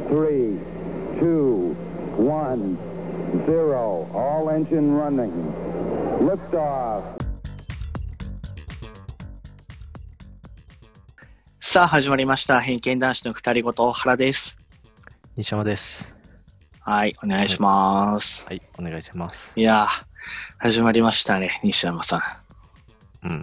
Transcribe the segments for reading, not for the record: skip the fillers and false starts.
3, 2, 1, 0. All engine running. Liftoff. さあ始まりました。偏見男子の二人ごと、原です。 西山です。 はい、お願いします。 はい、お願いします。 いやー、始まりましたね、西山さん。 うん。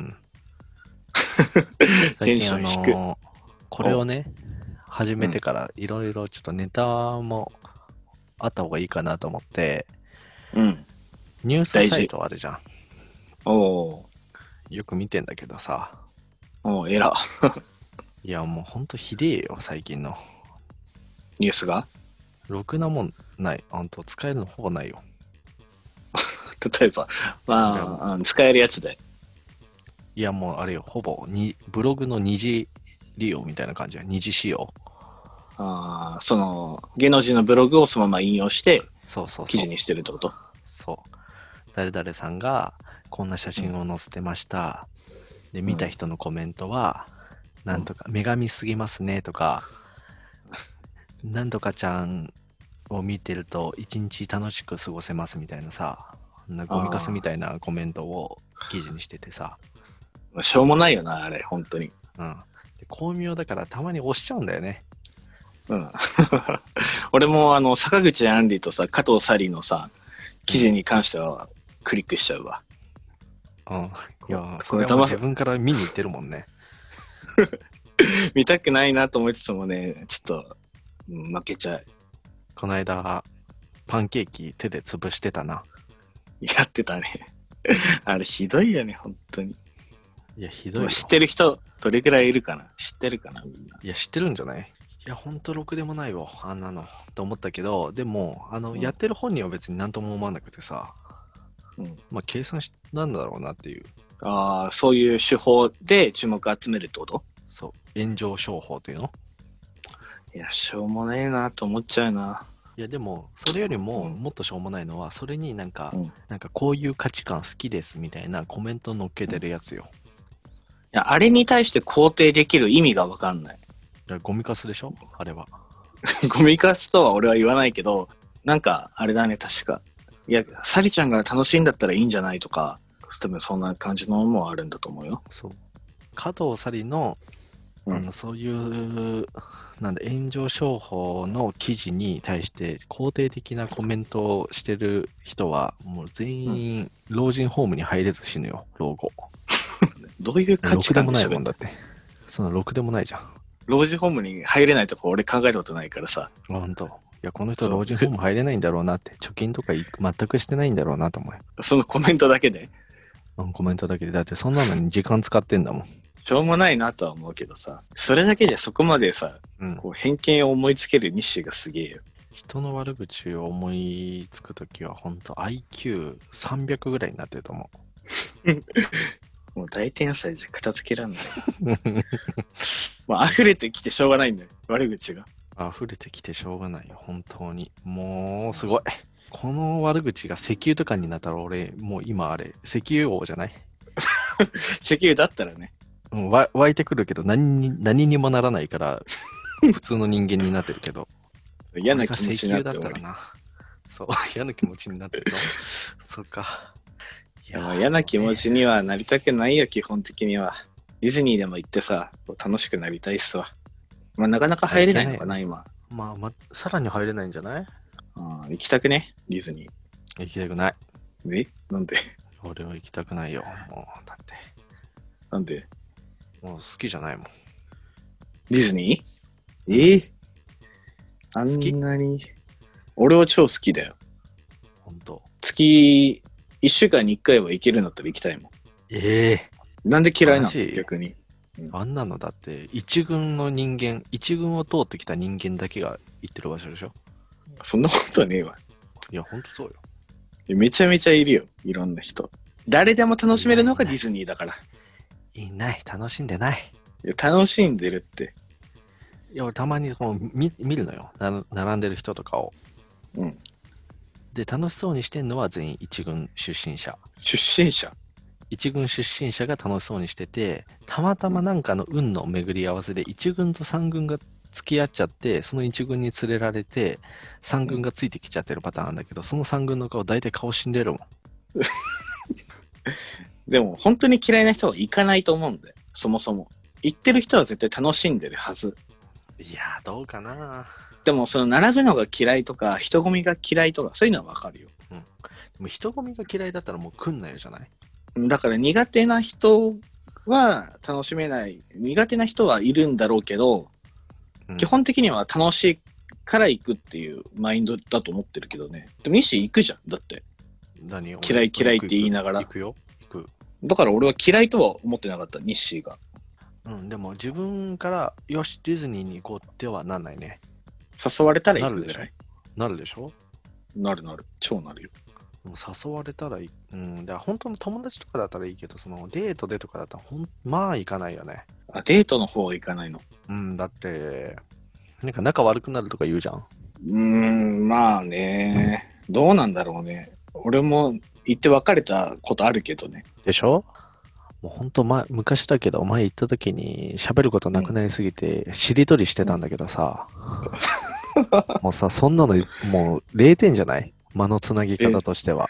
テンション低く。 これをね、始めてからいろいろちょっとネタもあった方がいいかなと思って、 うん。 ニュースサイトあるじゃん。 おー。よく見てんだけどさ。 えら。 いや、もうほんとひでえよ、最近の。 ニュースがろくなもんない。使えるのほぼないよ。 例えば、使えるやつで。 いや、もうあれよ、ほぼブログの二次利用みたいな感じや。二次使用。 その、芸能人のブログをそのまま引用して、 そう記事にしてるってこと？ そう。誰々さんがこんな写真を載せてました。で、見た人のコメントは、なんとか、女神すぎますねとか、なんとかちゃんを見てると一日楽しく過ごせますみたいなさ、ゴミカスみたいなコメントを記事にしててさ。 しょうもないよな、あれ、本当に。 うん。で巧妙だからたまに押しちゃうんだよね。 うん。俺も坂口杏里とさ、加藤紗里のさ、記事に関してはクリックしちゃうわ。 うん。いや、それは自分から見に行ってるもんね。 見たくないなと思いつつもね、ちょっと、負けちゃう。 この間、パンケーキ手で潰してたな。 やってたね。あれひどいよね、本当に。 いや、ひどいよ。 知ってる人、どれくらいいるかな？知ってるかな、みんな。 いや、知ってるんじゃない？いや、ほんとろくでもないわ、あんなの。と思ったけど、でも、やってる本人は別になんとも思わなくてさ、まあ、計算なんだろうなっていう。 そういう手法で注目を集めるってこと？ そう、炎上商法というの？ いや、しょうもないなと思っちゃうな。 いや、でも、それよりも、もっとしょうもないのは、それになんかこういう価値観好きですみたいなコメント乗っけてるやつよ。 いや、あれに対して肯定できる意味がわかんない。 ゴミカスでしょあれは。 ゴミカスとは俺は言わないけど、なんか、あれだね、確か。いや、サリちゃんが楽しいんだったらいいんじゃないとか、多分そんな感じのものあるんだと思うよ。 そう。加藤紗里の、そういう、炎上商法の記事に対して肯定的なコメントをしてる人は、もう全員、老人ホームに入れず死ぬよ、老後。 どういう価値観でろくでもないもんだって。そのろくでもないじゃん。 老人ホームに入れないとか俺考えたことないからさ。 ほんと。いや、この人老人ホーム入れないんだろうなって、貯金とか全くしてないんだろうなと思う。 そのコメントだけで？ コメントだけで。だってそんなのに時間使ってんだもん。 しょうもないなとは思うけどさ、それだけでそこまでさ、こう偏見を思いつける日誌がすげえよ。 人の悪口を思いつくときはほんと IQ300 ぐらいになってると思う。もう大天才じゃ片付けらんない。もう溢れてきてしょうがないんだよ、悪口が。 溢れてきてしょうがないよ、本当に。もうすごい。この悪口が石油とかになったら俺、もう今あれ、石油王じゃない？ 石油だったらね。 湧いてくるけど何にもならないから普通の人間になってるけど嫌な気持ちになって石油だったらな。そう嫌な気持ちになってるの。そうか。 いや、嫌な気持ちにはなりたくないよ、基本的には。ディズニーでも行ってさ、楽しくなりたいっすわ。まあなかなか入れないのかな、今。 まあさらに入れないんじゃない？ 行きたくね、ディズニー。 行きたくない。 なんで？ 俺は行きたくないよ。もうだって。 なんで？ もう好きじゃないもん。 ディズニー？あんなに。俺は超好きだよ。 ほんと。 月1週間に1回は行けるんだったら行きたいもん。なんで嫌いなの？逆に。 あんなのだって一軍の人間、一軍を通ってきた人間だけが行ってる場所でしょ？ そんなことはねえわ。 いや、ほんとそうよ。 めちゃめちゃいるよ、いろんな人。誰でも楽しめるのがディズニーだから。 いない、楽しんでない。 いや、楽しんでるって。 いや、俺たまに見るのよ。並んでる人とかを。で、楽しそうにしてんのは全員一軍出身者。一軍出身者が楽しそうにしてて、たまたまなんかの運の巡り合わせで一軍と三軍が付き合っちゃって、その1軍に連れられて、3軍がついてきちゃってるパターンなんだけど、その3軍の顔、大体顔死んでるもん。 でも本当に嫌いな人は行かないと思うんだよ、そもそも。行ってる人は絶対楽しんでるはず。 いやー、どうかな。 でもその並ぶのが嫌いとか、人混みが嫌いとか、そういうのはわかるよ。 でも人混みが嫌いだったらもう来んなよじゃない？ だから苦手な人は楽しめない。苦手な人はいるんだろうけど、基本的には楽しいから行くっていうマインドだと思ってるけどね。でも西行くじゃん。だって。 何嫌い嫌いって言いながら。 行くよ。行く。 だから俺は嫌いとは思ってなかった、ニッシーが。 でも自分からよしディズニーに行こうってはなんないね。 誘われたら行くぐらい。 なるでしょ？ なる。超なるよ。 もう誘われたらだから本当の友達とかだったらいいけど、そのデートでとかだったらまあ行かないよね。 あ、デートの方は行かないの？ だって、なんか仲悪くなるとか言うじゃん。 まあね。どうなんだろうね。俺も行って別れたことあるけどね。 でしょ？もう本当昔だけど、前行った時に喋ることなくなりすぎて、しりとりしてたんだけどさ、もうさ、そんなのもう0点じゃない？間のつなぎ方としては。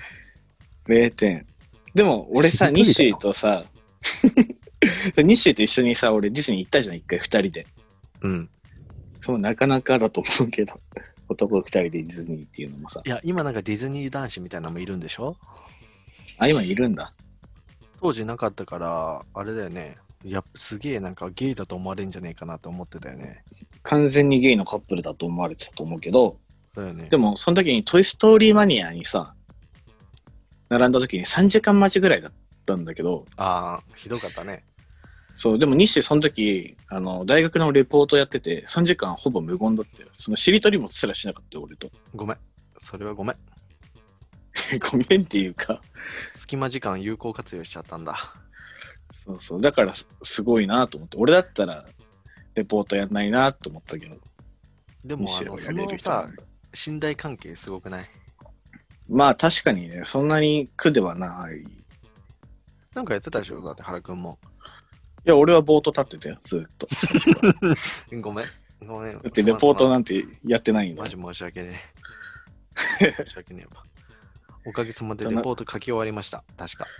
0点。でも俺さ、ニッシーとさ、ニッシーと一緒にさ、俺ディズニー行ったじゃん、一回2人で。そうなかなかだと思うけど、男2人でディズニーっていうのもさ。 いや、今なんかディズニー男子みたいなのもいるんでしょ？ あ、今いるんだ。 当時なかったから、あれだよね。すげえなんかゲイだと思われるんじゃねえかなと思ってたよね。 完全にゲイのカップルだと思われてたと思うけど、 だよね。 でもその時にトイストーリーマニアにさ、並んだ時に3時間待ちぐらいだったんだけど。 ああ、ひどかったね。 そう、でもニッシーその時、大学のレポートやってて、3時間ほぼ無言だったよ。そのしりとりもすらしなかったよ、俺と。 ごめん。それはごめん。 ごめんっていうか。 隙間時間有効活用しちゃったんだ。 そう。だからすごいなと思って。俺だったらレポートやんないなと思ったけど。 でもそのさ、信頼関係すごくない？ まあ確かにね、そんなに苦ではない。 なんかやってたでしょ？だって原くんも。 いや、俺はボート立ってたよ、ずっと。 ごめん。 だってレポートなんてやってないんだ。 マジ申し訳ねえ。申し訳ねえわ。おかげさまでレポート書き終わりました。確か。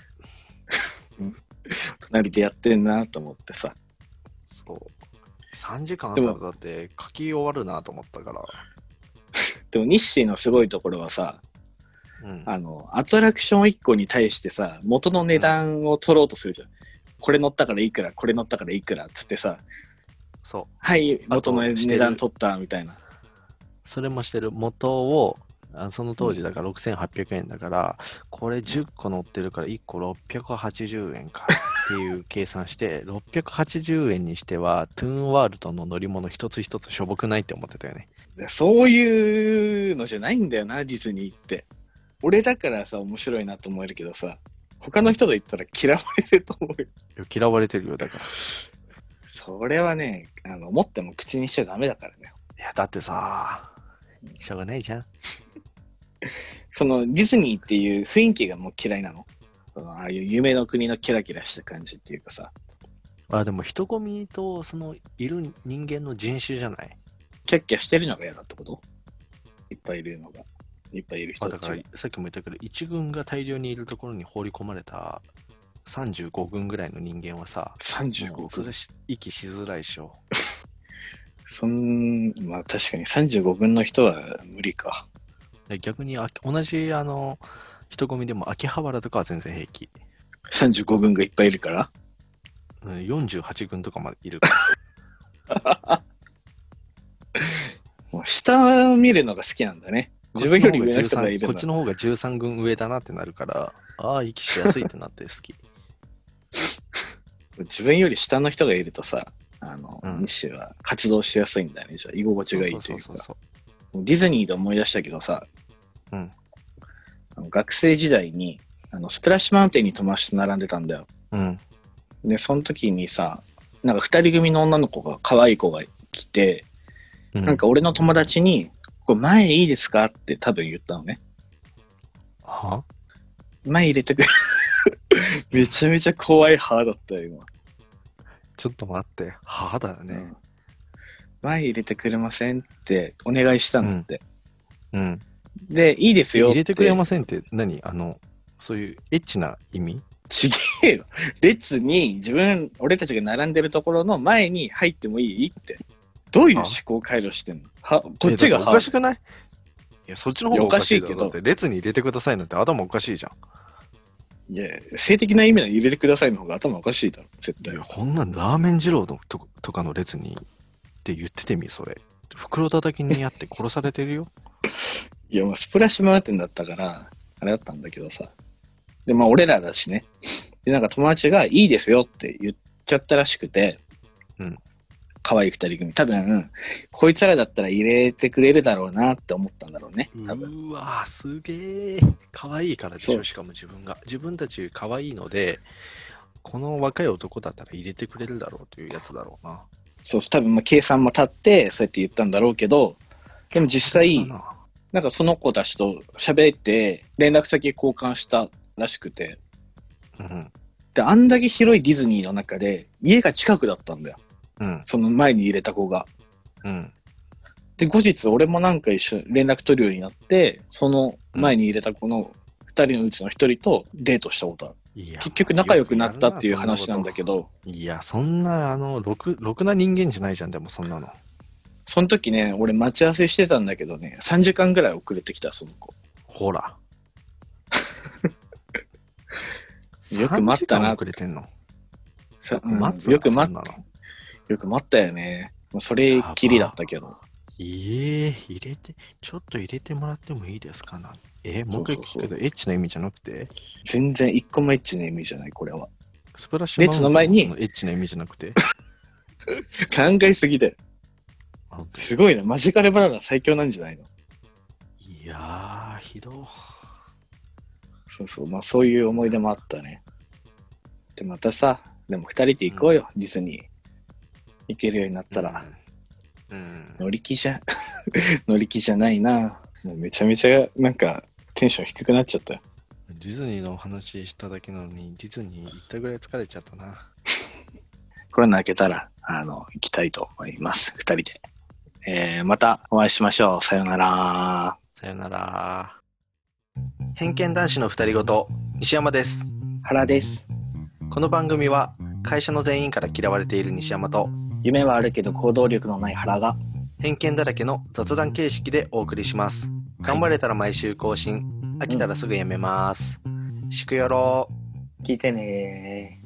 隣でやってんなと思ってさ。 そう。3時間あったらだって書き終わるなと思ったから。 でもニッシーのすごいところはさ、アトラクション1個に対してさ、元の値段を取ろうとするじゃん。これ乗ったからいくら、これ乗ったからいくらっつってさ、 そう。 はい、元の値段取ったみたいな。 それもしてる。元を、その当時だから6800円だから、これ10個乗ってるから1個680円かっていう計算して、680円にしては、トゥーンワールドの乗り物一つ一つしょぼくないって思ってたよね。 そういうのじゃないんだよな、ディズニーって。俺だからさ、面白いなと思えるけどさ、他の人と言ったら嫌われると思うよ。 嫌われてるよ、だから。 それはね、思っても口にしちゃダメだからね。 いや、だってさ、しょうがないじゃん。 そのディズニーっていう雰囲気がもう嫌いなの。ああいう夢の国のキラキラした感じっていうかさ。 でも人混みとそのいる人間の人種じゃない？ キャッキャしてるのが嫌だってこと？いっぱいいるのが。いっぱいいる人たちが。 だからさっきも言ったけど、1軍が大量にいるところに放り込まれた35軍ぐらいの人間はさ、 35軍。 それ息しづらいでしょ。 まあ確かに35軍の人は無理か。 逆に同じ人混みでも秋葉原とかは全然平気。 35軍がいっぱいいるから、 48軍とかまでいるからもう下を見るのが好きなんだね。自分より上の人がいるんだ。 こっちの方が13軍上だなってなるから、息しやすいってなって好き。 自分より下の人がいるとさ、西は活動しやすいんだよね。じゃあ居心地がいいというか。ディズニーで思い出したけどさ、学生時代にスプラッシュマウンテンに友達と並んでたんだよ。で、その時にさ、なんか2人組の女の子が可愛い子が来て、なんか俺の友達に、これ前いいですかって多分言ったのね。 は？ 前入れてくれ。めちゃめちゃ怖い歯だったよ、今。 ちょっと待って、歯だよね。 前入れてくれませんってお願いしたんだって。 うん。 で、いいですよって。 入れてくれませんって何？そういうエッチな意味？ ちげえよ。列に俺たちが並んでるところの前に入ってもいいって。どういう思考回路してんの？こっちがおかしくない？いや、そっちの方がおかしいだろ。 おかしいけど。 だって列に入れてくださいなんて頭おかしいじゃん。 いや、性的な意味で入れてくださいの方が頭おかしいだろ、絶対。 いや、こんなんラーメン二郎とかの列にって言っててみ、それ。袋叩きにやって殺されてるよ。 いや、スプラッシュマウンテンだったから、あれだったんだけどさ。で、俺らだしね。で、なんか友達がいいですよって言っちゃったらしくて、 うん。 可愛い二人組。多分、こいつらだったら入れてくれるだろうなって思ったんだろうね。多分。 うわー、すげえ。可愛いからでしょ、しかも自分たち可愛いので、この若い男だったら入れてくれるだろうというやつだろうな。 そう、多分計算も立って、そうやって言ったんだろうけど、でも実際、なんかその子たちと喋って連絡先交換したらしくて、 うん、 で、あんだけ広いディズニーの中で家が近くだったんだよ。 うん、 その前に入れた子が。 うん、 で、後日俺もなんか一緒に連絡取るようになって、その前に入れた子の2人のうちの1人とデートしたことある。結局仲良くなったっていう話なんだけど。 いや、そんな、ろくな人間じゃないじゃん、でもそんなの。 その時ね、俺待ち合わせしてたんだけどね、3時間ぐらい遅れてきた、その子。 ほら。 よく待ったな。 遅れてんの。 よく待ったよね。それっきりだったけど。 ちょっと入れてもらってもいいですかな。もう一回聞くけど、エッチな意味じゃなくて？ 全然一個もエッチな意味じゃない、これは。 スプラッシュマウンテンの前にエッチな意味じゃなくて考えすぎだよ。すごいな、マジカルバナナ最強なんじゃないの？ いやー、ひどい。 そう、そういう思い出もあったね。で、またさ、でも2人で行こうよ、ディズニー。行けるようになったら。乗り気じゃないな。もうめちゃめちゃなんかテンション低くなっちゃったよ。 ディズニーのお話しただけなのに、ディズニー行ったぐらい疲れちゃったな。 コロナ明けたら、行きたいと思います、2人で。またお会いしましょう。さよなら。 さよなら。偏見男子の二人ごと、西山です。 原です。 この番組は、会社の全員から嫌われている西山と、 夢はあるけど行動力のない原が、 偏見だらけの雑談形式でお送りします。頑張れたら毎週更新、飽きたらすぐやめます。しくよろ。 聞いてねー。